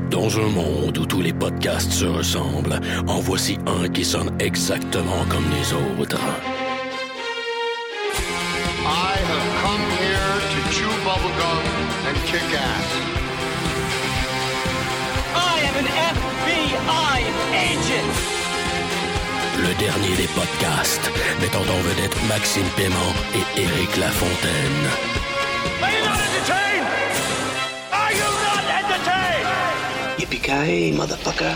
Dans un monde où tous les podcasts se ressemblent, en voici un qui sonne exactement comme les autres. I have come here to chew bubblegum and kick ass. I am an FBI agent! Le dernier des podcasts, mettant en vedette Maxime Paiement et Éric Lafontaine. Are you not entertained? Are you not entertained? Yippee-ki-yay, motherfucker.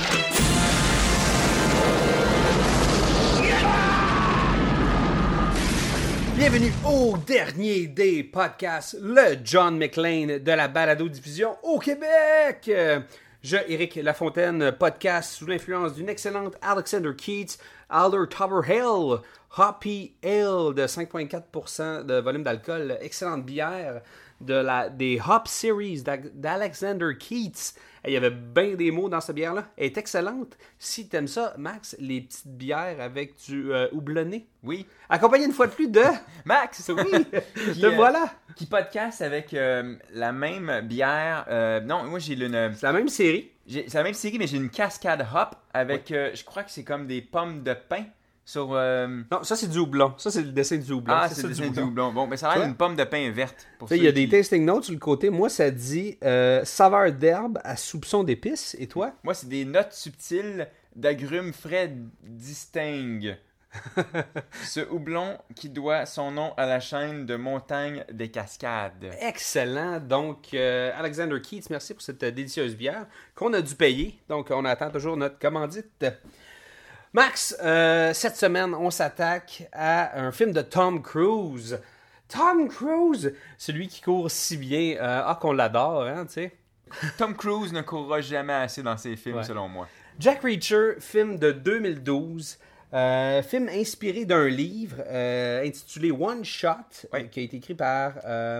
Bienvenue au dernier des podcasts, le John McClane de la balado-diffusion au Québec. Je, Éric Lafontaine, podcast sous l'influence d'une excellente Alexander Keats, Alder Tower Hill, Hoppy Ale de 5,4% de volume d'alcool, excellente bière des Hop Series d'Alexander Keats. Il y avait bien des mots dans cette bière-là. Elle est excellente. Si t'aimes ça, Max, les petites bières avec du houblonné. Oui. Accompagné une fois de plus de... Max! Oui! Qui, Te voilà! Qui podcast avec la même bière. Non, moi j'ai une... C'est la même série. C'est la même série, mais j'ai une cascade hop avec, je crois que c'est comme des pommes de pin sur... Non, ça c'est du houblon. Ça c'est le dessin du houblon. Ah, c'est le dessin du houblon. Bon, mais ça a l'air d'une pomme de pin verte. Il y a des tasting notes sur le côté. Moi, ça dit saveur d'herbe à soupçon d'épices. Et toi? Moi, c'est des notes subtiles d'agrumes frais distingues. Ce houblon qui doit son nom à la chaîne de montagnes des Cascades. Excellent. Donc, Alexander Keats, merci pour cette délicieuse bière qu'on a dû payer. Donc, on attend toujours notre commandite. Max, cette semaine, on s'attaque à un film de Tom Cruise. Tom Cruise, celui qui court si bien. Qu'on l'adore, hein, tu sais. Tom Cruise ne courra jamais assez dans ses films, selon moi. Jack Reacher, film de 2012. Film inspiré d'un livre intitulé One Shot, qui a été écrit par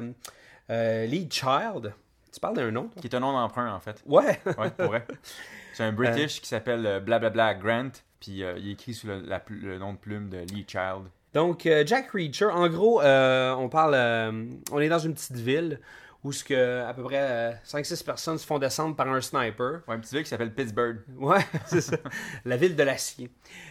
Lee Child. Tu parles d'un nom, toi? Qui est un nom d'emprunt, en fait. Ouais. Ouais, pour vrai. C'est un British qui s'appelle Blablabla Grant, puis il est écrit sous le nom de plume de Lee Child. Donc, Jack Reacher, en gros, on est dans une petite ville où à peu près 5-6 personnes se font descendre par un sniper. Ouais, une petite ville qui s'appelle Pittsburgh. Ouais, c'est ça. La ville de l'acier.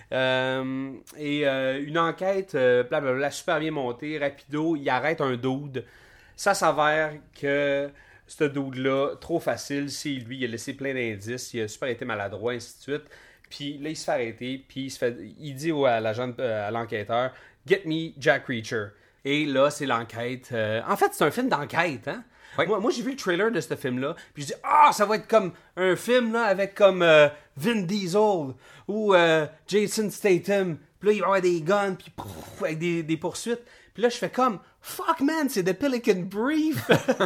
Une enquête, blablabla, super bien montée, rapido, il arrête un dude. Ça s'avère que ce dude-là, trop facile, c'est lui, il a laissé plein d'indices, il a super été maladroit, ainsi de suite. Puis là, il se fait arrêter, puis il dit à l'enquêteur, « Get me Jack Reacher ». Et là, c'est l'enquête. En fait, c'est un film d'enquête, hein? Oui. Moi, j'ai vu le trailer de ce film-là, puis je dis « ça va être comme un film là avec comme Vin Diesel ou Jason Statham. Puis là, il va y avoir des guns, puis avec des poursuites. Puis là, je fais comme « Fuck, man, c'est The Pelican Brief! »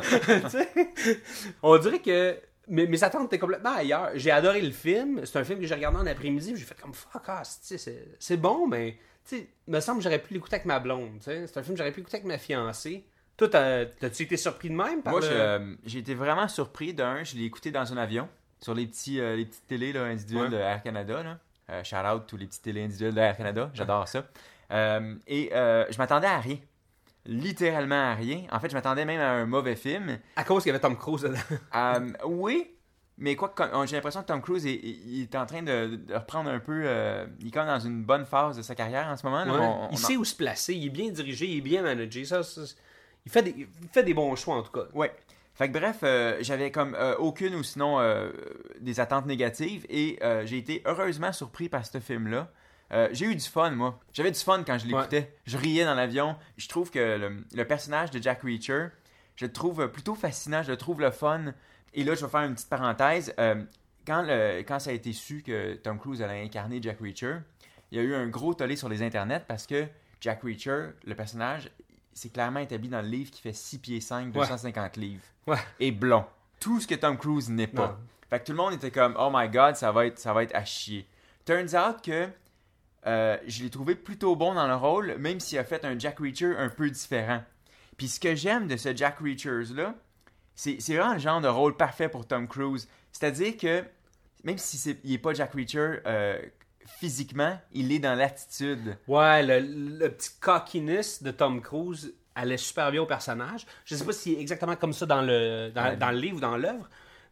On dirait que mes attentes étaient complètement ailleurs. J'ai adoré le film. C'est un film que j'ai regardé en après-midi, puis j'ai fait comme « Fuck, c'est bon, mais il me semble que j'aurais pu l'écouter avec ma blonde. » C'est un film que j'aurais pu écouter avec ma fiancée. Toi, t'as-tu été surpris de même? Moi, j'ai été vraiment surpris je l'ai écouté dans un avion, sur les petites télés là, individuelles de Air Canada. Là. Shout out tous les petites télés individuelles de Air Canada, j'adore ça. Je m'attendais à rien. Littéralement à rien. En fait, je m'attendais même à un mauvais film. À cause qu'il y avait Tom Cruise dedans. Oui, mais j'ai l'impression que Tom Cruise il est en train de reprendre un peu... il est comme dans une bonne phase de sa carrière en ce moment. Là. Il sait où se placer, il est bien dirigé, il est bien managé. Il fait des bons choix, en tout cas. Ouais. Fait que bref, j'avais comme aucune ou sinon des attentes négatives et j'ai été heureusement surpris par ce film-là. J'ai eu du fun, moi. J'avais du fun quand je l'écoutais. Ouais. Je riais dans l'avion. Je trouve que le personnage de Jack Reacher, je le trouve plutôt fascinant, je le trouve le fun. Et là, je vais faire une petite parenthèse. Quand ça a été su que Tom Cruise allait incarner Jack Reacher, il y a eu un gros tollé sur les internets parce que Jack Reacher, le personnage... c'est clairement établi dans le livre qui fait 6 pieds 5, 250 livres. Ouais. Et blond. Tout ce que Tom Cruise n'est pas. Non. Fait que tout le monde était comme « Oh my God, ça va être à chier ». Turns out que je l'ai trouvé plutôt bon dans le rôle, même s'il a fait un Jack Reacher un peu différent. Puis ce que j'aime de ce Jack Reacher-là, c'est vraiment le genre de rôle parfait pour Tom Cruise. C'est-à-dire que, même s'il n'est pas Jack Reacher... physiquement, il est dans l'attitude. Ouais, le petit cockiness de Tom Cruise allait super bien au personnage. Je sais pas si c'est exactement comme ça dans le livre ou dans l'œuvre,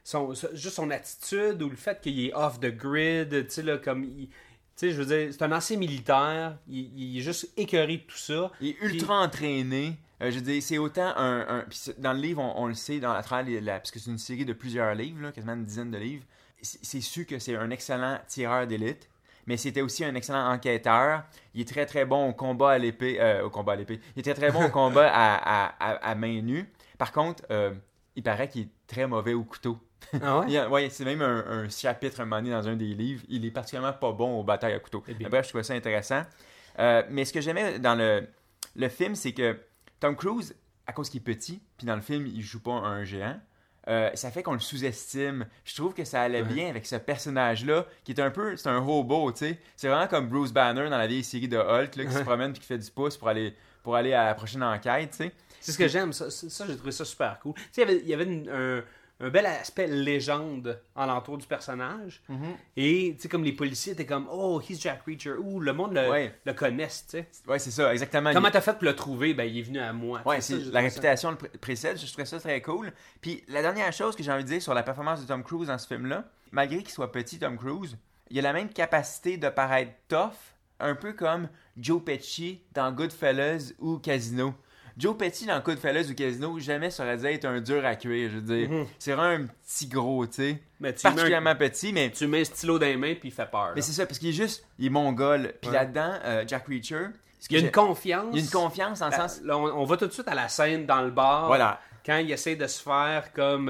juste son attitude ou le fait qu'il est off the grid, tu sais, là, comme... Tu sais, je veux dire, c'est un ancien militaire, il est juste écœuré de tout ça. Il est ultra entraîné. Je veux dire, c'est autant puis dans le livre, on le sait, à travers parce que c'est une série de plusieurs livres, là, quasiment une dizaine de livres. C'est su que c'est un excellent tireur d'élite, mais c'était aussi un excellent enquêteur. Il est très très bon au combat à l'épée. Il est très très bon au combat à main nue. Par contre, il paraît qu'il est très mauvais au couteau. Ah ouais? Ouais, c'est même un chapitre un moment donné dans un des livres. Il est particulièrement pas bon aux batailles à couteau. Bref, je trouvais ça intéressant. Mais ce que j'aimais dans le film, c'est que Tom Cruise, à cause qu'il est petit, puis dans le film, il joue pas un géant, ça fait qu'on le sous-estime. Je trouve que ça allait bien avec ce personnage-là, qui est c'est un robot, tu sais. C'est vraiment comme Bruce Banner dans la vieille série de Hulk, là, qui se promène puis qui fait du pouce pour aller à la prochaine enquête, tu sais. C'est ce que j'aime, ça j'ai trouvé ça super cool. Tu sais, il y avait un bel aspect légende alentour du personnage. Et, tu sais, comme les policiers étaient comme « Oh, he's Jack Reacher ». Ou le monde le connaisse, tu sais. Ouais, c'est ça, exactement. Comment t'as fait pour le trouver? Ben, il est venu à moi. Ouais, la réputation le précède. Je trouvais ça très cool. Puis, la dernière chose que j'ai envie de dire sur la performance de Tom Cruise dans ce film-là, malgré qu'il soit petit, Tom Cruise, il a la même capacité de paraître tough, un peu comme Joe Pesci dans Goodfellas ou Casino. Joe Pesci dans Goodfellas ou Casino, jamais ça aurait dû être un dur à cuire, je veux dire. C'est vraiment un petit gros, tu sais. Particulièrement petit, mais... Tu mets un stylo dans les mains, puis il fait peur. Mais c'est ça, parce qu'il est mongol. Puis là-dedans, Jack Reacher... Il y a une confiance. Il y a une confiance en le sens... Là, on va tout de suite à la scène dans le bar. Voilà. Quand il essaie de se faire comme,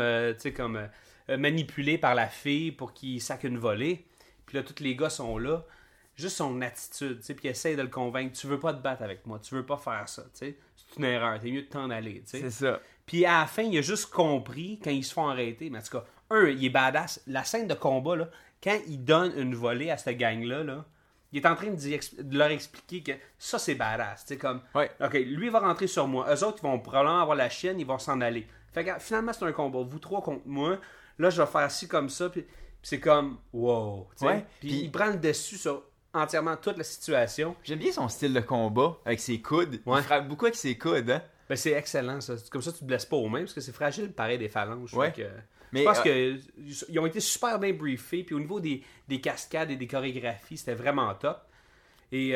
manipulé par la fille pour qu'il saque une volée. Puis là, tous les gars sont là. Juste son attitude, tu sais, puis il essaie de le convaincre. Tu veux pas te battre avec moi, tu veux pas faire ça, tu sais. C'est une erreur, t'es mieux de t'en aller, tu sais. C'est ça. Puis à la fin, il a juste compris quand ils se font arrêter. Mais en tout cas, il est badass. La scène de combat, là, quand il donne une volée à cette gang-là, là, il est en train de leur expliquer que ça, c'est badass. Tu sais, comme, OK, lui, il va rentrer sur moi. Eux autres, ils vont probablement avoir la chienne, ils vont s'en aller. Fait que finalement, c'est un combat. Vous trois contre moi. Là, je vais faire ci comme ça. Puis c'est comme, wow. Tu sais. Puis il prend le dessus sur entièrement toute la situation. J'aime bien son style de combat avec ses coudes. Ouais. Il frappe beaucoup avec ses coudes, hein. Ben, c'est excellent, ça. Comme ça, tu te blesses pas aux mains, parce que c'est fragile, pareil, des phalanges. Ouais. Mais je pense qu'ils ont été super bien briefés, puis au niveau des cascades et des chorégraphies, c'était vraiment top. Et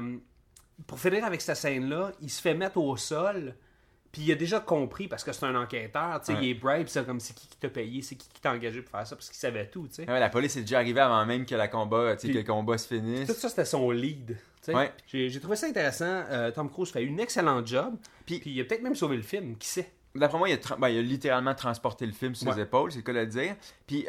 pour finir avec cette scène-là, il se fait mettre au sol, puis il a déjà compris, parce que c'est un enquêteur, tu sais, il est bribe, c'est comme c'est qui t'a payé, c'est qui t'a engagé pour faire ça, parce qu'il savait tout, tu sais. Ouais, la police est déjà arrivée avant même que le combat se finisse. Tout ça, c'était son lead. Ouais. J'ai trouvé ça intéressant. Tom Cruise fait une excellente job. Puis il a peut-être même sauvé le film, qui sait. D'après moi, il a littéralement transporté le film sur ses épaules, c'est le cas de le dire. Puis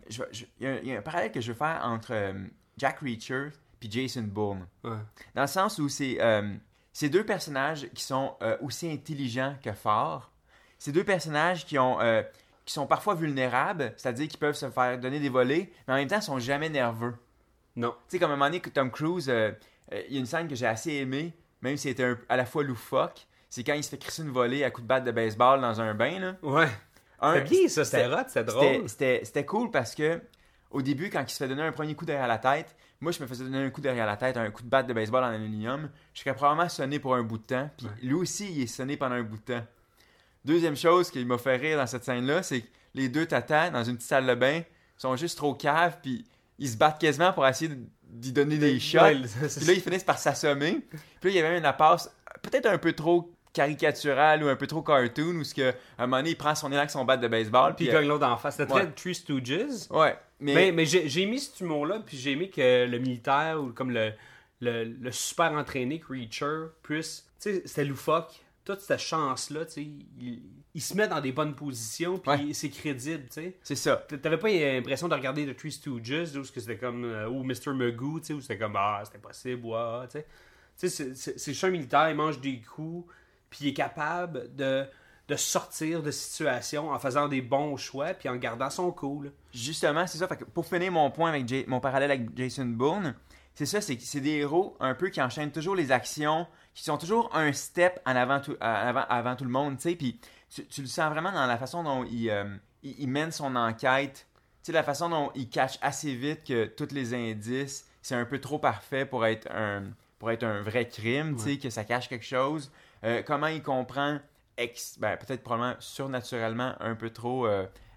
il y a un parallèle que je veux faire entre Jack Reacher et Jason Bourne. Ouais. Dans le sens où c'est deux personnages qui sont aussi intelligents que forts. C'est deux personnages qui sont parfois vulnérables, c'est-à-dire qu'ils peuvent se faire donner des volets, mais en même temps, ils sont jamais nerveux. Non. Tu sais, comme à un moment donné, Tom Cruise, il y a une scène que j'ai assez aimée, même si c'était à la fois loufoque, c'est quand il se fait crisser une volée à coups de batte de baseball dans un bain, là. Ouais. C'était bien, ça, c'était hot, c'était drôle. C'était cool parce que, au début, quand il se fait donner un premier coup derrière la tête, moi, je me faisais donner un coup derrière la tête, un coup de batte de baseball en aluminium, je serais probablement sonné pour un bout de temps, puis lui aussi, il est sonné pendant un bout de temps. Deuxième chose qui m'a fait rire dans cette scène-là, c'est que les deux tatas, dans une petite salle de bain, sont juste trop caves, puis ils se battent quasiment pour essayer d'y donner des shots. Ouais, puis là, ils finissent par s'assommer. Puis là, il y avait même une passe peut-être un peu trop caricaturale ou un peu trop cartoon, où à un moment donné, il prend son élan avec son bat de baseball. Puis il gagne l'autre en face. C'était très Three Stooges. Ouais. Mais j'ai mis cet humour-là, puis j'ai aimé que le militaire, ou comme le super entraîné Reacher puisse... Tu sais, c'était loufoque. Toute cette chance-là, tu sais, il se met dans des bonnes positions, puis c'est crédible, tu sais. C'est ça. T'avais pas l'impression de regarder The Three Stooges, où c'était comme, ou Mr. Magoo, tu sais, où c'était comme, c'était impossible, tu sais. Tu sais, c'est juste un militaire, il mange des coups, puis il est capable de sortir de situations en faisant des bons choix, puis en gardant son cool. Justement, c'est ça. Fait que pour finir mon point avec mon parallèle avec Jason Bourne, c'est ça, c'est des héros un peu qui enchaînent toujours les actions, qui sont toujours un step en avant avant tout le monde, tu sais, puis tu le sens vraiment dans la façon dont il mène son enquête, tu sais, la façon dont il cache assez vite que tous les indices, c'est un peu trop parfait pour être un vrai crime, tu sais, que ça cache quelque chose. Comment il comprend, peut-être probablement surnaturellement un peu trop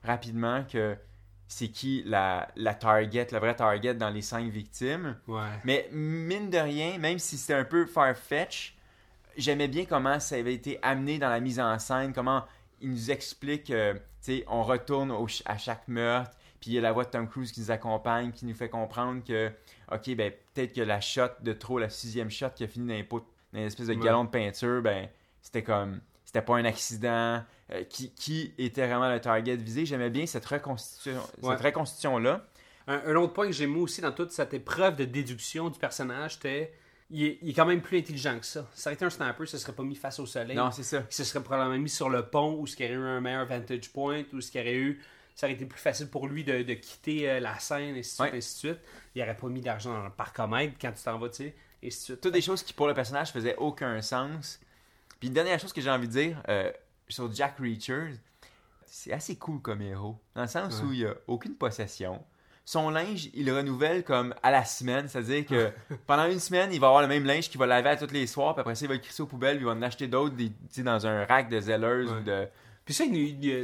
rapidement que c'est qui la target, la vraie target dans les 5 victimes. Ouais. Mais mine de rien, même si c'était un peu far-fetch, j'aimais bien comment ça avait été amené dans la mise en scène, comment il nous explique, tu sais, on retourne à chaque meurtre, puis il y a la voix de Tom Cruise qui nous accompagne, qui nous fait comprendre que, ok, ben peut-être que la shot de trop, la 6e shot qui a fini dans une espèce de galon de peinture, ben c'était pas un accident, qui était vraiment le target visé. J'aimais bien cette reconstitution-là. Un autre point que j'aimais aussi dans toute cette épreuve de déduction du personnage, c'était il est quand même plus intelligent que ça. Si ça aurait été un sniper, ça serait pas mis face au soleil. Non, c'est ça. Il se serait probablement mis sur le pont, où il aurait eu un meilleur vantage point, où ça aurait été plus facile pour lui de quitter la scène, et ainsi de suite. Il aurait pas mis d'argent dans le parcomètre quand tu t'en vas, tu sais, et ainsi de suite. Toutes des choses qui, pour le personnage, faisaient aucun sens. Puis une dernière chose que j'ai envie de dire sur Jack Reacher, c'est assez cool comme héros. Dans le sens où il n'y a aucune possession. Son linge, il le renouvelle comme à la semaine. C'est-à-dire que pendant une semaine, il va avoir le même linge qu'il va laver à tous les soirs. Puis après ça, il va le crisser aux poubelles. Puis il va en acheter d'autres dans un rack de Zellers ou de... Puis ça,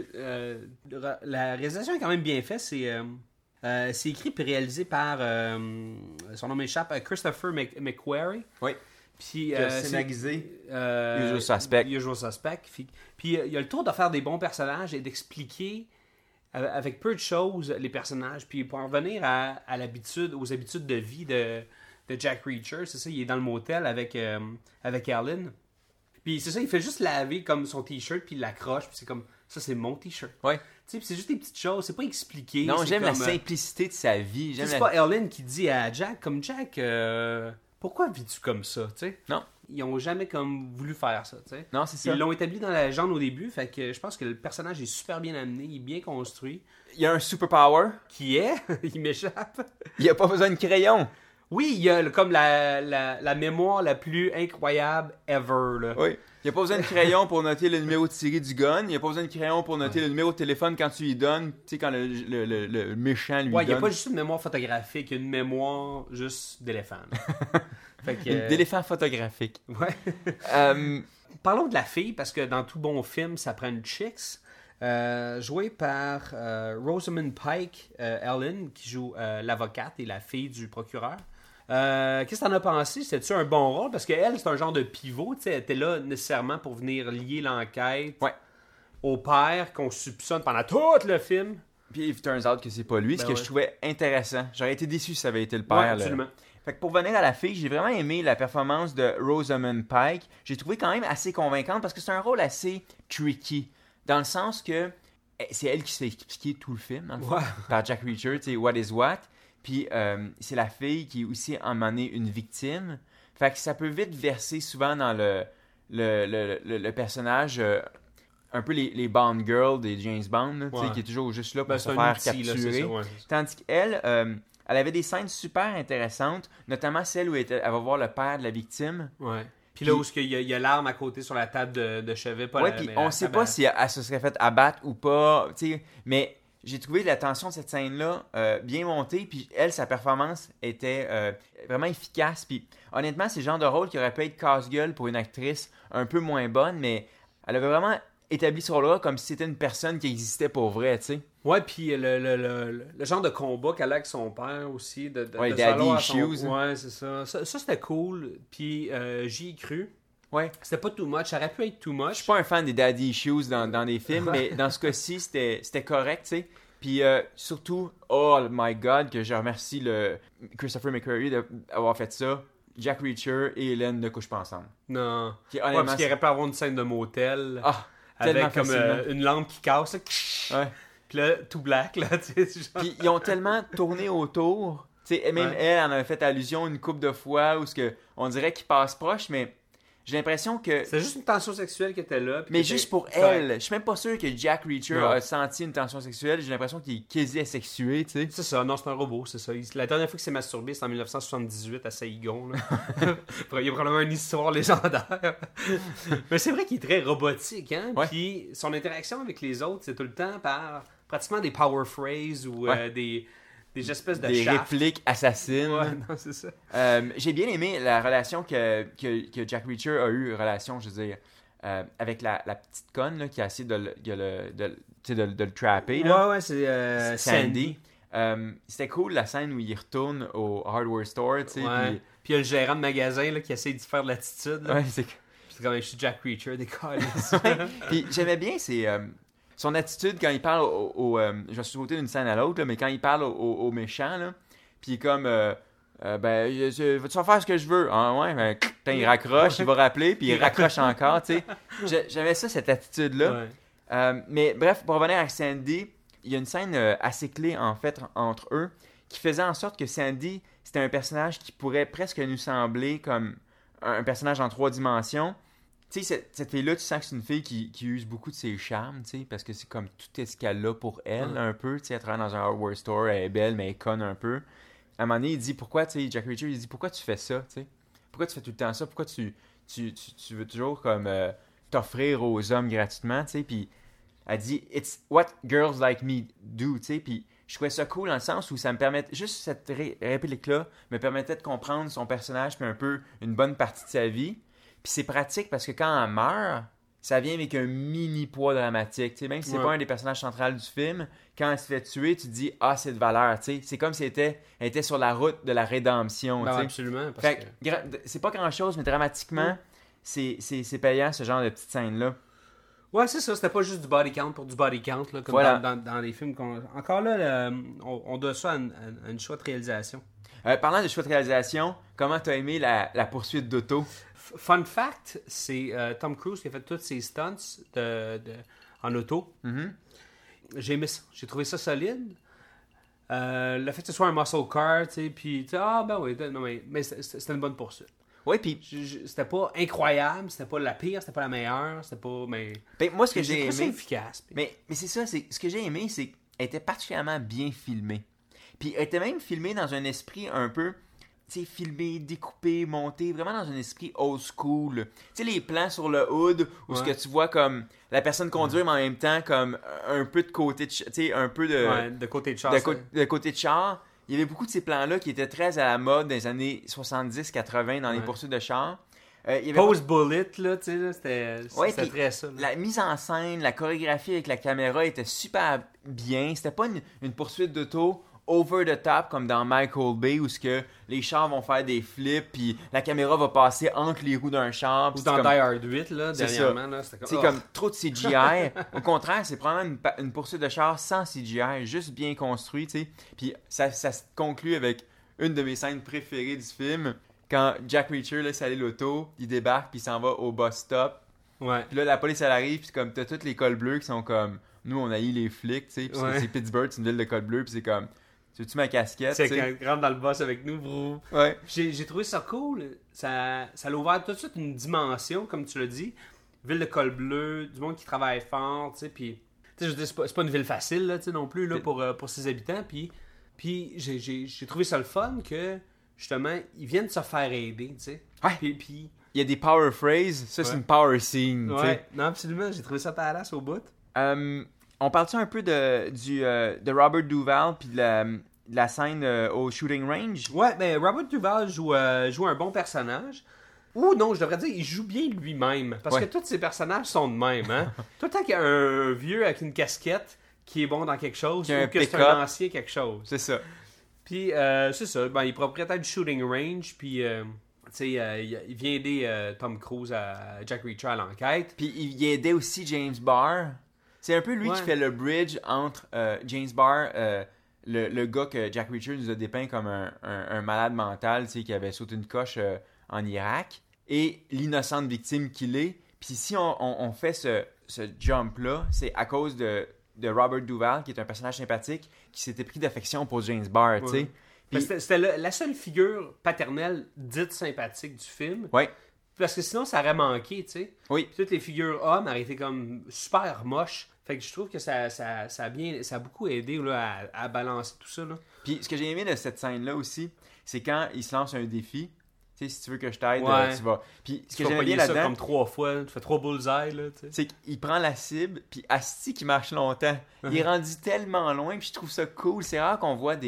la réalisation est quand même bien faite. C'est écrit et réalisé par... son nom m'échappe. Christopher McQuarrie. Oui. Puis, scénarisé Usual Suspect. Puis il y a le tour de faire des bons personnages et d'expliquer avec peu de choses les personnages. Puis pour en revenir aux habitudes de vie de Jack Reacher, c'est ça, il est dans le motel avec Ellen. Puis c'est ça, il fait juste laver comme son t-shirt puis il l'accroche. Puis c'est comme, ça c'est mon t-shirt. Ouais. Tu sais, puis c'est juste des petites choses, c'est pas expliqué. Non, j'aime la comme, simplicité de sa vie. C'est pas Ellen qui dit à Jack, comme Jack... pourquoi vis-tu comme ça, tu sais? Non. Ils ont jamais comme voulu faire ça, tu sais. Non, c'est ça. Ils l'ont établi dans la légende au début, fait que je pense que le personnage est super bien amené, il est bien construit. Il y a un superpower. Qui est? Il m'échappe. Il a pas besoin de crayon. Oui, il y a comme la mémoire la plus incroyable ever, là. Oui. Il n'y a pas besoin de crayon pour noter le numéro de série du gun. Il n'y a pas besoin de crayon pour noter le numéro de téléphone quand tu lui donnes. Tu sais, quand le méchant lui donne. Ouais, il n'y a pas juste une mémoire photographique, il y a une mémoire juste d'éléphant. D'éléphant photographique. Ouais. Parlons de la fille, parce que dans tout bon film, ça prend une chicks. Jouée par Rosamund Pike, Ellen, qui joue l'avocate et la fille du procureur. Qu'est-ce que t'en as pensé? C'était-tu un bon rôle? Parce qu'elle, c'est un genre de pivot. Elle était là nécessairement pour venir lier l'enquête au père qu'on soupçonne pendant tout le film. Puis il turns out que c'est pas lui, ce que je trouvais intéressant. J'aurais été déçu si ça avait été le père. Ouais, absolument. Fait que pour venir à la fille, j'ai vraiment aimé la performance de Rosamund Pike. J'ai trouvé quand même assez convaincante parce que c'est un rôle assez tricky. Dans le sens que c'est elle qui se fait expliquer tout le film, dans le fond, par Jack Reacher, tu sais, what is what. Puis c'est la fille qui est aussi à un moment donné une victime. Fait que ça peut vite verser souvent dans le personnage, un peu les Bond Girls des James Bond, là, qui est toujours juste là pour se faire capturer. Là, Tandis qu'elle, elle avait des scènes super intéressantes, notamment celle où elle va voir le père de la victime. Ouais. Puis là où il y a l'arme à côté sur la table de chevet. Puis on sait pas si elle se serait fait abattre ou pas, mais j'ai trouvé la tension de cette scène-là bien montée, puis elle, sa performance était vraiment efficace. Puis honnêtement, c'est le genre de rôle qui aurait pu être casse-gueule pour une actrice un peu moins bonne, mais elle avait vraiment établi ce rôle-là comme si c'était une personne qui existait pour vrai, tu sais. Ouais, puis le genre de combat qu'elle a avec son père aussi. Ouais, daddy issues. Ouais, c'est ça. Ça, c'était cool. Puis j'y ai cru. Ouais. C'était pas too much. Ça aurait pu être too much. Je suis pas un fan des daddy issues dans des films, mais dans ce cas-ci, c'était correct, tu sais. Puis surtout, oh my God, que je remercie le Christopher McQuarrie d'avoir fait ça. Jack Reacher et Hélène ne couchent pas ensemble. Non. Parce qu'il aurait pu avoir une scène de motel. Avec comme une lampe qui casse. Là. Ouais. Puis là, tout black, là, tu sais. Genre... Puis ils ont tellement tourné autour. Tu sais, même elle en avait fait allusion une couple de fois où on dirait qu'ils passent proche, mais j'ai l'impression que... C'est juste une tension sexuelle qui était là. Mais juste pour elle. Je suis même pas sûr que Jack Reacher a senti une tension sexuelle. J'ai l'impression qu'il est quasi asexué, tu sais. C'est ça, non, c'est un robot, c'est ça. La dernière fois qu'il s'est masturbé, c'était en 1978 à Saigon. Là. Il y a probablement une histoire légendaire. Mais c'est vrai qu'il est très robotique, hein. Ouais. Puis son interaction avec les autres, c'est tout le temps par pratiquement des power phrases ou des espèces de shafts. Répliques assassines. Ouais, non, c'est ça. J'ai bien aimé la relation que Jack Reacher a eu, je veux dire, avec la petite conne là, qui a essayé de le trapper. Là. Ouais, c'est Sandy. C'était cool la scène où il retourne au hardware store, tu sais. Ouais. Puis il y a le gérant de magasin là, qui essaie de faire de l'attitude. Là. Ouais, c'est comme je suis Jack Reacher, des calices. Puis j'aimais bien son attitude quand il parle je vais sauter d'une scène à l'autre, là, mais quand il parle au méchant, là, puis il est comme vas-tu faire ce que je veux? Ah ouais, ben il raccroche, il va rappeler, puis il raccroche encore, tu sais. J'aimais ça, cette attitude-là. Ouais. Mais bref, pour revenir à Sandy, il y a une scène assez clé, en fait, entre eux, qui faisait en sorte que Sandy, c'était un personnage qui pourrait presque nous sembler comme un personnage en 3 dimensions. Tu sais, cette fille-là, tu sens que c'est une fille qui use beaucoup de ses charmes, tu sais, parce que c'est comme tout ce qu'elle a pour elle, un peu, tu sais, elle travaille dans un hardware store, elle est belle, mais elle est conne un peu. À un moment donné, il dit, pourquoi, tu sais, Jack Reacher, il dit, pourquoi tu fais ça, tu sais? Pourquoi tu fais tout le temps ça? Pourquoi tu veux toujours, comme, t'offrir aux hommes gratuitement, tu sais? Puis elle dit, it's what girls like me do, tu sais? Puis je trouvais ça cool dans le sens où ça me permettait, juste cette réplique-là, me permettait de comprendre son personnage, puis un peu une bonne partie de sa vie. Puis c'est pratique parce que quand elle meurt, ça vient avec un mini poids dramatique. T'sais, même si c'est pas un des personnages centraux du film, quand elle se fait tuer, tu te dis « Ah, c'est de valeur. » C'est comme si elle était sur la route de la rédemption. Ben, absolument. C'est pas grand-chose, mais dramatiquement, c'est payant ce genre de petites scènes-là. Ouais, c'est ça. C'était pas juste du body count pour du body count, là, comme voilà. dans les films. Encore là, on doit ça à une chouette réalisation. Parlant de chouette réalisation, comment t'as aimé la poursuite d'auto? Fun fact, c'est Tom Cruise qui a fait tous ses stunts en auto. Mm-hmm. J'ai aimé ça. J'ai trouvé ça solide. Le fait que ce soit un muscle car, tu sais, puis ben oui, non, mais c'était une bonne poursuite. Oui, puis c'était pas incroyable, c'était pas la pire, c'était pas la meilleure, c'était pas, mais ben, moi ce que j'ai aimé, c'est efficace. Puis... Mais c'est ça, ce que j'ai aimé, c'est qu'elle était particulièrement bien filmée. Puis elle était même filmée dans un esprit un peu, tu sais, filmé, découpé, monté, vraiment dans un esprit old school. Tu sais, les plans sur le hood, où ce que tu vois comme la personne conduire, mais en même temps comme un peu de côté de, tu sais, un peu de... Ouais, de côté de char. De côté de char. Il y avait beaucoup de ces plans-là qui étaient très à la mode dans les années 70-80 dans les poursuites de char. Pose bullet, là, tu sais, c'était très ça. Là. La mise en scène, la chorégraphie avec la caméra était super bien. C'était pas une poursuite d'auto over the top comme dans Michael Bay où les chars vont faire des flips puis la caméra va passer entre les roues d'un char. Ou dans Die Hard 8, là, dernièrement. Là, c'était comme, comme trop de CGI. Au contraire, c'est probablement une poursuite de char sans CGI, juste bien construit, tu sais. Puis ça se conclut avec une de mes scènes préférées du film. Quand Jack Reacher laisse aller l'auto, il débarque puis il s'en va au bus stop. Ouais. Puis là, la police, elle arrive puis comme t'as toutes les cols bleus qui sont comme... Nous, on haït les flics, tu sais. Puis c'est Pittsburgh, c'est une ville de cols bleus puis c'est comme... Tu veux-tu ma casquette? C'est qu'elle rentre dans le boss avec nous, bro. Ouais. J'ai trouvé ça cool. Ça a ouvert tout de suite une dimension, comme tu l'as dit. Ville de col bleu, du monde qui travaille fort, tu sais. Puis, tu sais, je dis, c'est pas une ville facile, là, tu sais, non plus, là, pour ses habitants. Puis j'ai trouvé ça le fun que, justement, ils viennent se faire aider, tu sais. Ouais. Puis il y a des power phrases. Ça, c'est une power scene, tu sais. Non, absolument. J'ai trouvé ça badass au bout. On parle-tu un peu de Robert Duvall puis de la scène au shooting range? Ouais, ben Robert Duvall joue un bon personnage. Ou non, je devrais dire, il joue bien lui-même. Parce que tous ses personnages sont de même. Hein? Tout le temps qu'il y a un vieux avec une casquette qui est bon dans quelque chose ou que c'est un ancien quelque chose. C'est ça. Puis, c'est ça. Ben, il est propriétaire du shooting range. Puis, tu sais, il vient aider Tom Cruise à Jack Reacher à l'enquête. Puis, il aidait aussi James Barr. C'est un peu lui qui fait le bridge entre James Barr, le gars que Jack Reacher nous a dépeint comme un malade mental, tu sais, qui avait sauté une coche en Irak, et l'innocente victime qu'il est. Puis si on fait ce jump-là, c'est à cause de Robert Duvall, qui est un personnage sympathique, qui s'était pris d'affection pour James Barr, tu sais. Puis... C'était la seule figure paternelle dite sympathique du film. Ouais. Parce que sinon, ça aurait manqué, tu sais. Oui. Puis toutes les figures hommes auraient été comme super moches. Fait que je trouve que ça a beaucoup aidé là, à balancer tout ça. Là. Puis ce que j'ai aimé de cette scène-là aussi, c'est quand il se lance un défi. Tu sais, si tu veux que je t'aide, tu vas. Puis ce que j'aime bien là-dedans, ça comme 3 fois, tu fais 3 bullseye, là, tu sais. C'est qu'il prend la cible, puis asti qui marche longtemps. Il est rendu tellement loin, puis je trouve ça cool. C'est rare qu'on voit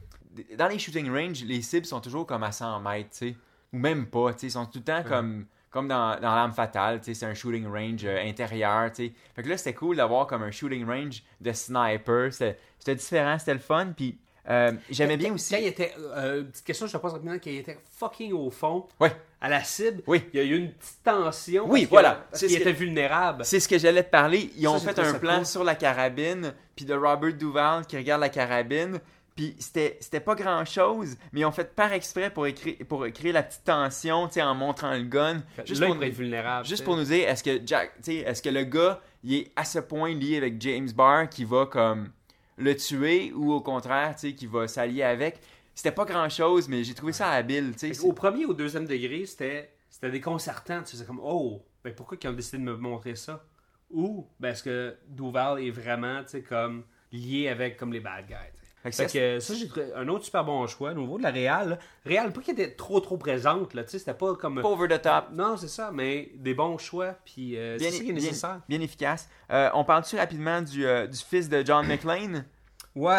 dans les shooting range, les cibles sont toujours comme à 100 mètres, tu sais. Ou même pas, tu sais. Ils sont tout le temps comme dans L'Arme Fatale, tu sais, c'est un shooting range intérieur, tu sais. Fait que là, c'était cool d'avoir comme un shooting range de sniper. C'était différent, c'était le fun, puis j'aimais bien aussi... Quand il était... petite question, je te pose rapidement, quand il était fucking au fond, Ouais. à la cible, Oui. il y a eu une petite tension. Oui, parce voilà. Parce qu'il était vulnérable. C'est ce que j'allais te parler. Ils ont j'ai fait trouvé un ça plan cool. sur la carabine, puis de Robert Duvall qui regarde la carabine, puis c'était pas grand-chose, mais ils ont fait par exprès pour créer la petite tension, tu sais, en montrant le gun. Juste Là, pour il pourrait être vulnérable. Juste tu sais. pour nous dire, est-ce que le gars, il est à ce point lié avec James Barr qui va comme le tuer ou au contraire, tu sais, qui va s'allier avec. C'était pas grand-chose, mais j'ai trouvé ça habile, tu sais. Au premier ou au deuxième degré, c'était déconcertant. Tu sais, c'est comme, oh, ben pourquoi ils ont décidé de me montrer ça? Ou, ben est-ce que Duval est vraiment, tu sais, comme lié avec comme les bad guys, tu sais. Fait que ça, j'ai trouvé un autre super bon choix. Au niveau de la réal, là. Réal, pas qu'elle était trop présente, là, tu sais, c'était pas comme... Pas over the top. Non, c'est ça, mais des bons choix, puis c'est ça qui est nécessaire. Bien efficace. On parle-tu rapidement du fils de John McClane? Ouais.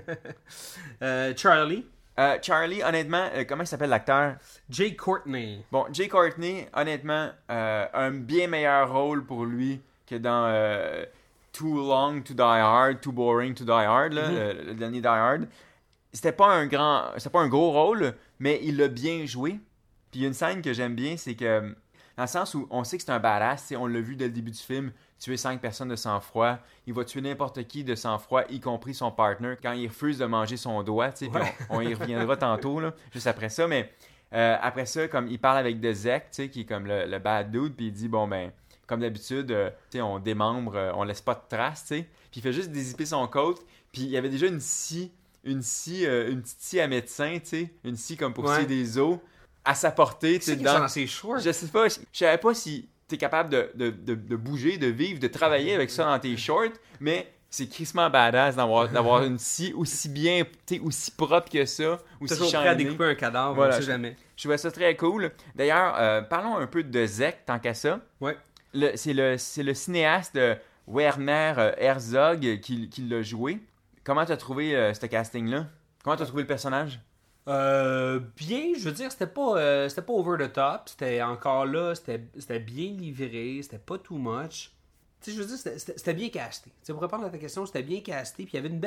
Charlie. Charlie, honnêtement, comment il s'appelle l'acteur? Jay Courtney. Bon, Jay Courtney, honnêtement, un bien meilleur rôle pour lui que dans Too Long to Die Hard, Too Boring to Die Hard, là, le dernier Die Hard. C'était pas un gros rôle, mais il l'a bien joué. Puis il y a une scène que j'aime bien, c'est que dans le sens où on sait que c'est un badass, on l'a vu dès le début du film, tuer 5 personnes de sang-froid, il va tuer n'importe qui de sang-froid, y compris son partner, quand il refuse de manger son doigt, tu sais, puis on y reviendra tantôt, là, juste après ça, mais après ça, comme il parle avec Dezek, tu sais, qui est comme le bad dude, puis il dit, bon ben, comme d'habitude, tu sais, on démembre, on laisse pas de traces, tu sais, puis il fait juste dézipper son coat, puis il y avait déjà une petite scie à médecin, tu sais, une scie comme pour scier des os, à sa portée, tu sais, dans ses shorts. Je sais pas, je savais pas si t'es capable de bouger, de vivre, de travailler avec ça dans tes shorts, mais c'est crissement badass d'avoir une scie aussi bien, tu sais, aussi propre que ça, aussi Toujours prêt à découper un cadavre, voilà, on sait jamais. Je trouvais ça très cool. D'ailleurs, parlons un peu de Zek, tant qu'à ça. Ouais. C'est le cinéaste Werner Herzog qui l'a joué. Comment t'as trouvé ce casting-là? Comment t'as trouvé le personnage? Bien, je veux dire, c'était pas over the top, c'était encore là, c'était bien livré, c'était pas too much. Tu sais, je veux dire, c'était bien casté. Tu sais, pour répondre à ta question, c'était bien casté, puis il y avait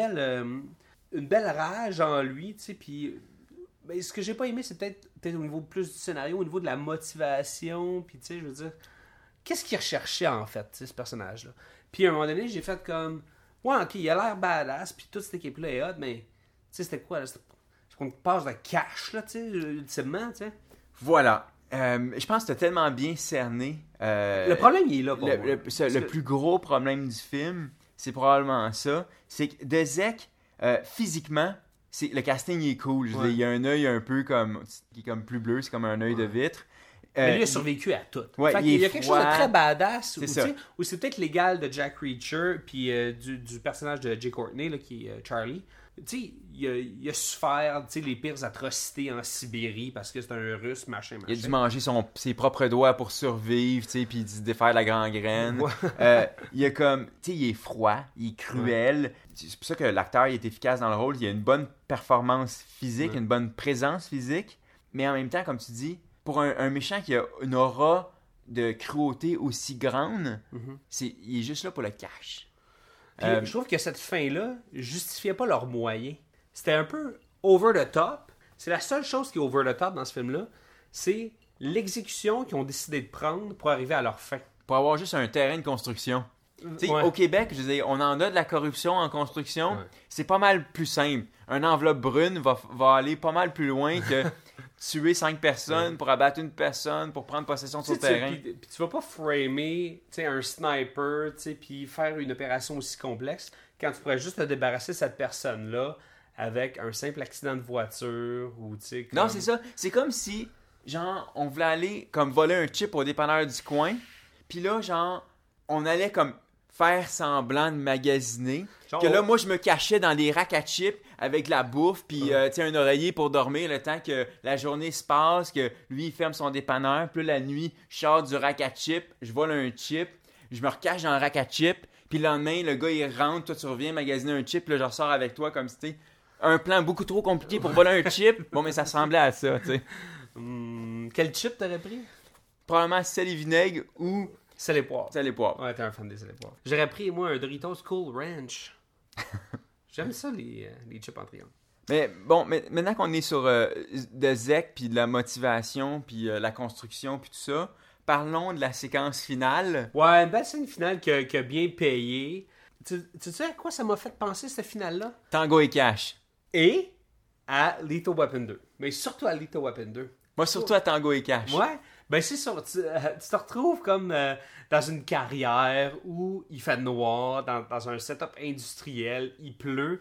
une belle rage en lui, tu sais, puis ben, ce que j'ai pas aimé, c'est peut-être au niveau plus du scénario, au niveau de la motivation, puis tu sais, je veux dire, qu'est-ce qu'il recherchait en fait, tu sais, ce personnage-là. Puis à un moment donné, j'ai fait comme, ouais, ok, il a l'air badass, puis toute cette équipe-là est hot, mais tu sais, c'était quoi, là? On passe de cash, là, tu sais, ultimement, tu sais. Voilà. Je pense que t'as tellement bien cerné. Le problème, il est là pour moi. Le plus gros problème du film, c'est probablement ça. C'est que Dezek, physiquement, le casting est cool. Je veux dire, il y a un œil un peu comme, qui est comme plus bleu, c'est comme un œil de vitre. Mais lui, il a survécu à tout. Ouais, fait il y a quelque chose de très badass. Ou c'est peut-être l'égal de Jack Reacher, puis du personnage de Jay Courtney, là, qui est Charlie. Tu sais, il a su faire les pires atrocités en Sibérie parce que c'est un Russe, machin. Il a dû manger ses propres doigts pour survivre, tu sais, puis se défaire la gangrène. Il a comme, tu sais, il est froid, il est cruel. Ouais. C'est pour ça que l'acteur il est efficace dans le rôle. Il a une bonne performance physique, une bonne présence physique. Mais en même temps, comme tu dis, pour un méchant qui a une aura de cruauté aussi grande, il est juste là pour le cash. Puis, je trouve que cette fin-là justifiait pas leurs moyens. C'était un peu over the top. C'est la seule chose qui est over the top dans ce film-là, c'est l'exécution qu'ils ont décidé de prendre pour arriver à leur fin. Pour avoir juste un terrain de construction. Au Québec, je veux dire, on en a de la corruption en construction. Ouais. C'est pas mal plus simple. Un enveloppe brune va aller pas mal plus loin que tuer 5 personnes pour abattre une personne, pour prendre possession de son terrain. Puis tu vas pas framer un sniper puis faire une opération aussi complexe quand tu pourrais juste te débarrasser de cette personne-là avec un simple accident de voiture ou comme... Non, c'est ça. C'est comme si, genre, on voulait aller comme voler un chip au dépanneur du coin, puis là, genre, on allait comme faire semblant de magasiner. Genre, que là, moi, je me cachais dans des racks à chips avec de la bouffe, puis un oreiller pour dormir le temps que la journée se passe, que lui, il ferme son dépanneur. Puis là, la nuit, je sors du rack à chips, je vole un chip, je me recache dans le rack à chips, puis le lendemain, le gars, il rentre, toi, tu reviens magasiner un chip, puis là, je ressors avec toi comme si c'était un plan beaucoup trop compliqué pour voler un chip. Bon, mais ça ressemblait à ça, tu sais. Quel chip t'aurais pris? probablement sel et vinaigre ou Sel et poivre. sel et poivre. Ouais, t'es un fan des sel et poivre. J'aurais pris, moi, un Doritos Cool Ranch. J'aime ça, les chips en triangle. Mais bon, maintenant qu'on est sur de Zek, puis de la motivation, puis la construction, puis tout ça, parlons de la séquence finale. Ouais, une belle scène finale qui a bien payé. Tu sais à quoi ça m'a fait penser, cette finale-là? Tango et Cash. Et à Lethal Weapon 2. Mais surtout à Lethal Weapon 2. Moi, surtout à Tango et Cash. Ouais, ben c'est ça. Tu te retrouves comme dans une carrière où il fait noir, dans un setup industriel, il pleut.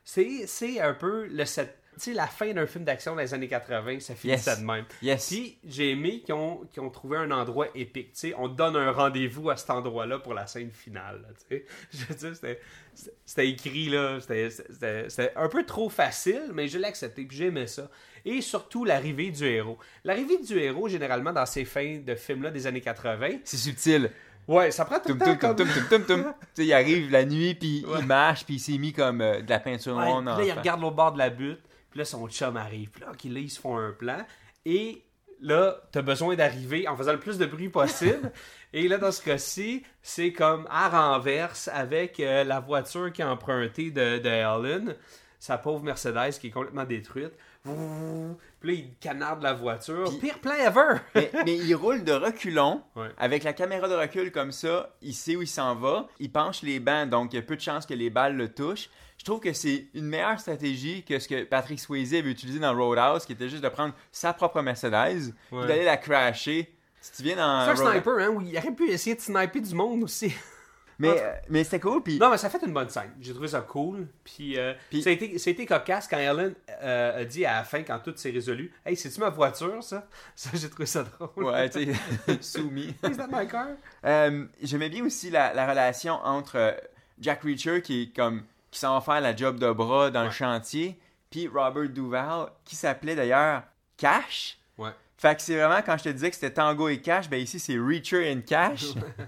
C'est un peu le set. Tu sais, la fin d'un film d'action dans les années 80, ça finit ça de même. Yes. Puis j'ai aimé qu'ils ont trouvé un endroit épique. Tu sais, on donne un rendez-vous à cet endroit-là pour la scène finale. Là, tu sais. Je veux dire, c'était écrit, là. C'était un peu trop facile, mais je l'ai accepté. Puis j'aimais ça. Et surtout, l'arrivée du héros. L'arrivée du héros, généralement, dans ces fins de films-là des années 80... C'est subtil. Ouais, ça prend tout le temps comme... Tu sais, il arrive la nuit, puis il marche, puis il s'est mis comme de la peinture noire. Puis là, il regarde l'autre bord de la butte, puis là, son chum arrive. Puis là, là, ils se font un plan. Et là, t'as besoin d'arriver en faisant le plus de bruit possible. Et là, dans ce cas-ci, c'est comme à renverse avec la voiture qui a emprunté de Ellen, sa pauvre Mercedes qui est complètement détruite. Puis là, il canarde la voiture. Pire plan ever! mais il roule de reculons. Ouais. Avec la caméra de recul comme ça, il sait où il s'en va. Il penche les bancs, donc il y a peu de chances que les balles le touchent. Je trouve que c'est une meilleure stratégie que ce que Patrick Swayze avait utilisé dans Roadhouse, qui était juste de prendre sa propre Mercedes et d'aller la crasher. Si tu viens dans... C'est un sniper, hein, où il aurait pu essayer de sniper du monde aussi. Mais c'était cool. Puis... Non, mais ça fait une bonne scène. J'ai trouvé ça cool. Puis ça a été cocasse quand Ellen a dit à la fin, quand tout s'est résolu, « Hey, c'est-tu ma voiture, ça? » Ça, j'ai trouvé ça drôle. Ouais, tu sais, soumis. Is that my car? J'aimais bien aussi la relation entre Jack Reacher, qui s'en va faire la job de bras dans le chantier, puis Robert Duvall, qui s'appelait d'ailleurs Cash. Ouais. Fait que c'est vraiment, quand je te disais que c'était Tango et Cash, ben ici, c'est Reacher and Cash.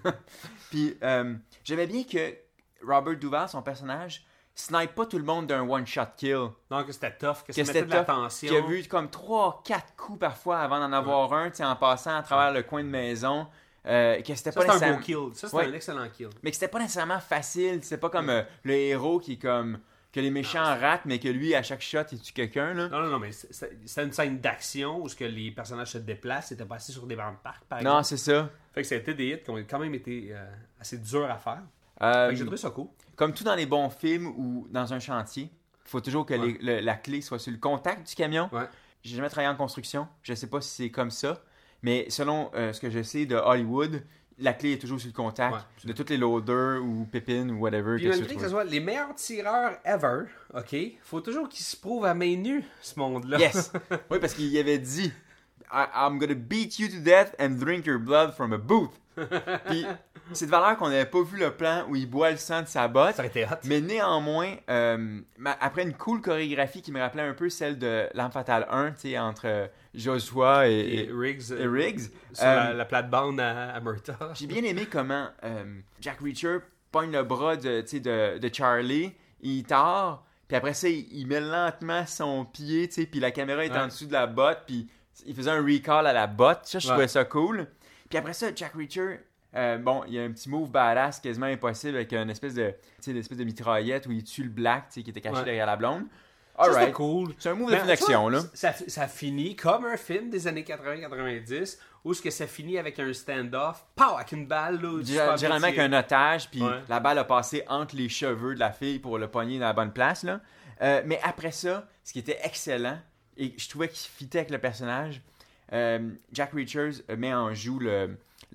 Puis j'aimais bien que Robert Duvall, son personnage, snipe pas tout le monde d'un one-shot kill. Non, que c'était tough, que ça mettait de la tension. Qu'il a vu comme 3-4 coups parfois avant d'en avoir un, en passant à travers le coin de maison. Que c'était pas un beau kill. Ça, c'était un excellent kill. Mais que c'était pas nécessairement facile. C'était pas comme le héros qui est comme... Que les méchants ratent, mais que lui, à chaque shot, il tue quelqu'un, là. Non, mais c'était une scène d'action où ce que les personnages se déplacent. C'était pas assis sur des bancs de parc, par exemple. Non, c'est ça. Fait que ça a été des hits qui ont quand même été assez durs à faire. Fait que j'ai trouvé ça cool. Comme tout dans les bons films ou dans un chantier, il faut toujours que la clé soit sur le contact du camion. Ouais. J'ai jamais travaillé en construction. Je sais pas si c'est comme ça. Mais selon ce que je sais de Hollywood, la clé est toujours sur le contact de tous les loaders ou pépines ou whatever. Puis malgré que ce soit les meilleurs tireurs ever, OK, faut toujours qu'ils se prouvent à main nue, ce monde-là. Yes! Oui, parce qu'il avait dit I'm gonna beat you to death and drink your blood from a booth. Puis c'est de valeur qu'on n'avait pas vu le plan où il boit le sang de sa botte. Ça aurait été hot. Mais néanmoins, après une cool chorégraphie qui me rappelait un peu celle de L'Arme Fatale 1, tu sais, entre Joshua et Riggs. Sur la plate-bande à Murtaugh. J'ai bien aimé comment Jack Reacher pogne le bras de Charlie, il tord, puis après ça, il met lentement son pied, tu sais, puis la caméra est en dessous de la botte, puis il faisait un recall à la botte. Ça, je trouvais ça cool. Puis après ça, Jack Reacher, il y a un petit move badass quasiment impossible avec une espèce de mitraillette où il tue le Black, qui était caché derrière la blonde. Ça, c'était cool. C'est un move de film d'action, là. Ça finit comme un film des années 80-90 où ce que ça finit avec un stand-off, pow, avec une balle, là. Généralement avec un otage, puis la balle a passé entre les cheveux de la fille pour le pogner dans la bonne place, là. Mais après ça, ce qui était excellent, et je trouvais qu'il fitait avec le personnage, Jack Reacher met en joue le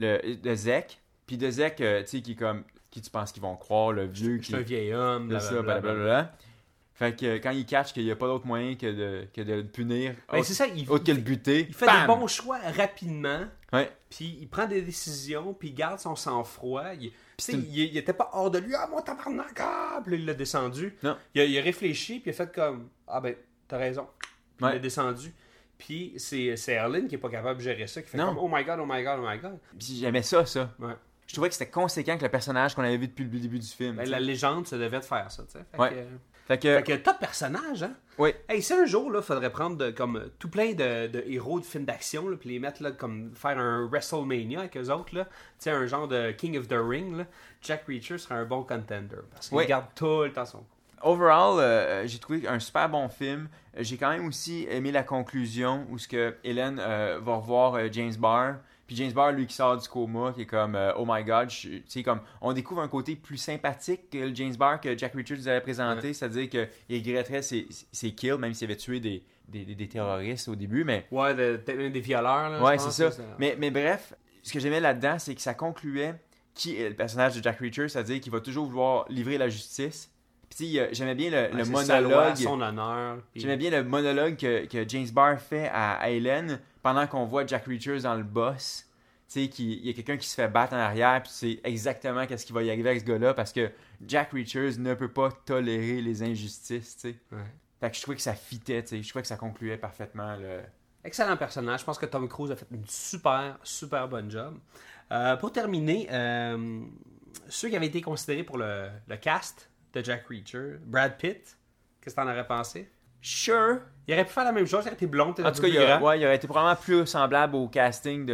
Zek, puis de Zek, tu sais, qui est comme, qui tu penses qu'ils vont croire, le vieux qui... C'est un vieil homme, blablabla. Fait que quand il catch qu'il n'y a pas d'autre moyen que de le punir, c'est ça, autre que le buter, il fait des bons choix rapidement, puis il prend des décisions, puis il garde son sang-froid. Il était pas hors de lui, mon tabarnak, puis il l'a descendu. Non. Il a réfléchi, puis il a fait comme, t'as raison. Puis il l'a descendu. Puis c'est Erlyn qui est pas capable de gérer ça, qui fait comme, oh my god, oh my god, oh my god. Puis j'aimais ça. Ouais. Je trouvais que c'était conséquent avec le personnage qu'on avait vu depuis le début du film. La légende, ça devait de faire ça, tu sais. Fait que top personnage, hein? Oui. Hey, si un jour, il faudrait prendre comme tout plein de héros de films d'action, puis les mettre là, comme faire un WrestleMania avec eux autres, là. Tu sais, un genre de King of the Ring, là. Jack Reacher serait un bon contender. Parce qu'il garde tout le temps son coup. Overall, j'ai trouvé un super bon film. J'ai quand même aussi aimé la conclusion où ce que Hélène va revoir James Barr. Puis James Barr, lui, qui sort du coma, qui est comme oh my god, tu sais, comme on découvre un côté plus sympathique que le James Barr que Jack Reacher nous avait présenté, c'est-à-dire qu'il regretterait ses kills, même s'il avait tué des terroristes au début, mais... Ouais, des violeurs, là. Ouais, c'est ça. Mais bref, ce que j'aimais là-dedans, c'est que ça concluait qui est le personnage de Jack Reacher, c'est-à-dire qu'il va toujours vouloir livrer la justice. Puis tu sais, j'aimais bien le monologue... son honneur. Puis... J'aimais bien le monologue que James Barr fait à Hélène pendant qu'on voit Jack Reacher dans le boss. Tu sais, il y a quelqu'un qui se fait battre en arrière, puis c'est exactement qu'est-ce qui va y arriver avec ce gars-là, parce que Jack Reacher ne peut pas tolérer les injustices, tu sais. Ouais. Fait que je trouvais que ça fitait, tu sais. Je trouvais que ça concluait parfaitement. Excellent personnage. Je pense que Tom Cruise a fait une super bonne job. Pour terminer, ceux qui avaient été considérés pour le cast de Jack Reacher, Brad Pitt, qu'est-ce que t'en aurais pensé? Sure. Il aurait pu faire la même chose, il aurait été blond, en tout cas, il aurait été probablement plus semblable au casting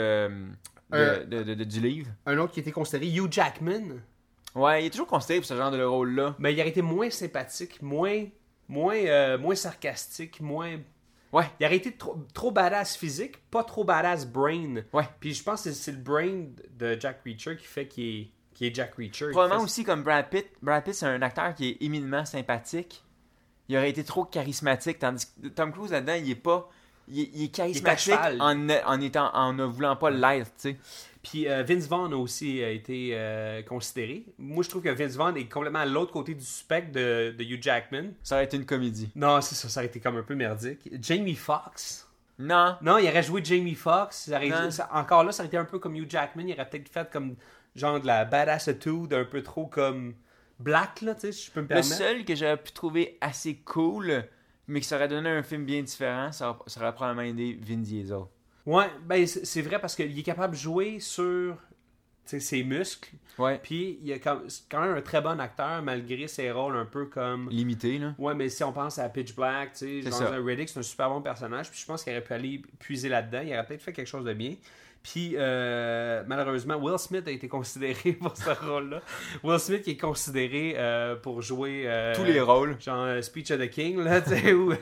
du livre. Un autre qui a été considéré, Hugh Jackman. Ouais, il est toujours considéré pour ce genre de rôle-là. Mais il aurait été moins sympathique, moins sarcastique, moins... Ouais. Il aurait été trop badass physique, pas trop badass brain. Ouais. Puis je pense que c'est le brain de Jack Reacher qui fait qu'il est Jack Reacher. Probablement aussi comme Brad Pitt. Brad Pitt, c'est un acteur qui est éminemment sympathique. Il aurait été trop charismatique, tandis que Tom Cruise là-dedans, il est pas... Il est charismatique en ne voulant pas l'être, tu sais. Puis Vince Vaughn a aussi été considéré. Moi, je trouve que Vince Vaughn est complètement à l'autre côté du spectre de Hugh Jackman. Ça aurait été une comédie. Non, c'est ça aurait été comme un peu merdique. Jamie Foxx. Non, il aurait joué Jamie Foxx. Encore là, ça aurait été un peu comme Hugh Jackman. Il aurait peut-être fait comme genre de la badass attitude, un peu trop comme black, là, tu sais, si je peux me permettre. Le seul que j'aurais pu trouver assez cool, mais qui aurait donné un film bien différent, ça aurait probablement aidé Vin Diesel. Ouais, ben c'est vrai parce qu'il est capable de jouer sur ses muscles. Ouais. Puis il est quand même un très bon acteur malgré ses rôles un peu comme... limité, là. Ouais, mais si on pense à Pitch Black, tu sais, genre Riddick, c'est un super bon personnage. Puis je pense qu'il aurait pu aller puiser là-dedans. Il aurait peut-être fait quelque chose de bien. Puis, malheureusement, Will Smith a été considéré pour ce rôle-là. Will Smith qui est considéré pour jouer... tous les rôles. Genre Speech of the King, là, tu sais, ou...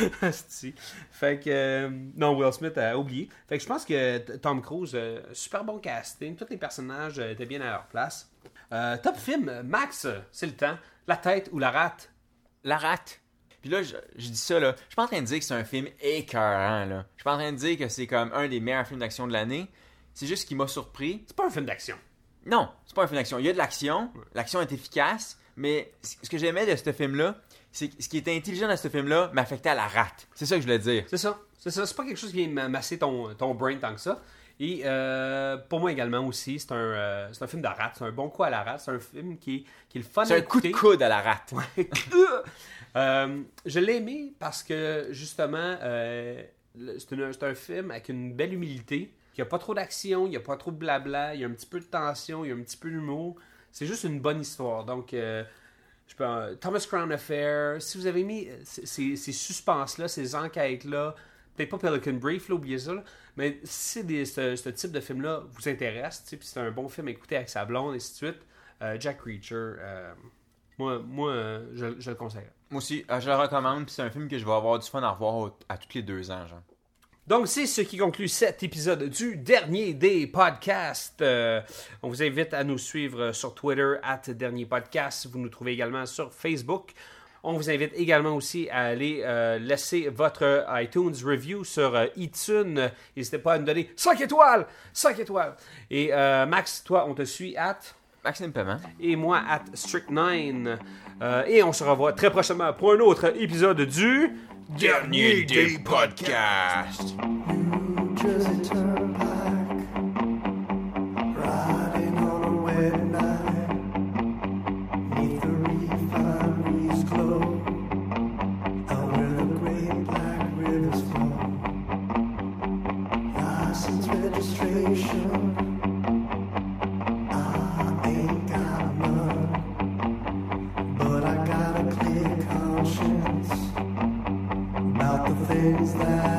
Fait que... non, Will Smith a oublié. Fait que je pense que Tom Cruise, super bon casting. Tous les personnages étaient bien à leur place. Top film, Max, c'est le temps. La tête ou la rate? La rate. Puis là, je dis ça, là. Je suis pas en train de dire que c'est un film écœurant, là. Je suis pas en train de dire que c'est comme un des meilleurs films d'action de l'année. C'est juste ce qui m'a surpris. C'est pas un film d'action. Non, c'est pas un film d'action. Il y a de l'action. L'action est efficace. Mais ce que j'aimais de ce film-là, c'est que ce qui était intelligent dans ce film-là m'affectait à la rate. C'est ça que je voulais dire. C'est ça. C'est pas quelque chose qui vient masser ton brain tant que ça. Et pour moi également aussi, c'est un film de rate. C'est un bon coup à la rate. C'est un film qui est le fun à écouter. C'est un coup de coude à la rate. Je l'ai aimé parce que justement c'est un film avec une belle humilité. Il n'y a pas trop d'action, il n'y a pas trop de blabla, il y a un petit peu de tension, il y a un petit peu d'humour. C'est juste une bonne histoire. Donc Thomas Crown Affair, si vous avez aimé ces suspens-là, ces enquêtes-là, peut-être pas Pelican Brief, là, oubliez ça, là, mais si ce type de film-là vous intéresse, puis c'est un bon film à écouter avec sa blonde, et ainsi de suite, Jack Reacher, moi je le conseille. Moi aussi, je le recommande, puis c'est un film que je vais avoir du fun à revoir à tous les 2 ans, genre. Donc, c'est ce qui conclut cet épisode du dernier des podcasts. On vous invite à nous suivre sur Twitter, @dernierpodcast. Vous nous trouvez également sur Facebook. On vous invite également aussi à aller laisser votre iTunes review sur iTunes. N'hésitez pas à nous donner 5 étoiles! 5 étoiles! Et Max, toi, on te suit Maxime Paiement. Et moi, @Strict9. Et on se revoit très prochainement pour un autre épisode du... Dernier des podcasts. But I got a clear conscience. is that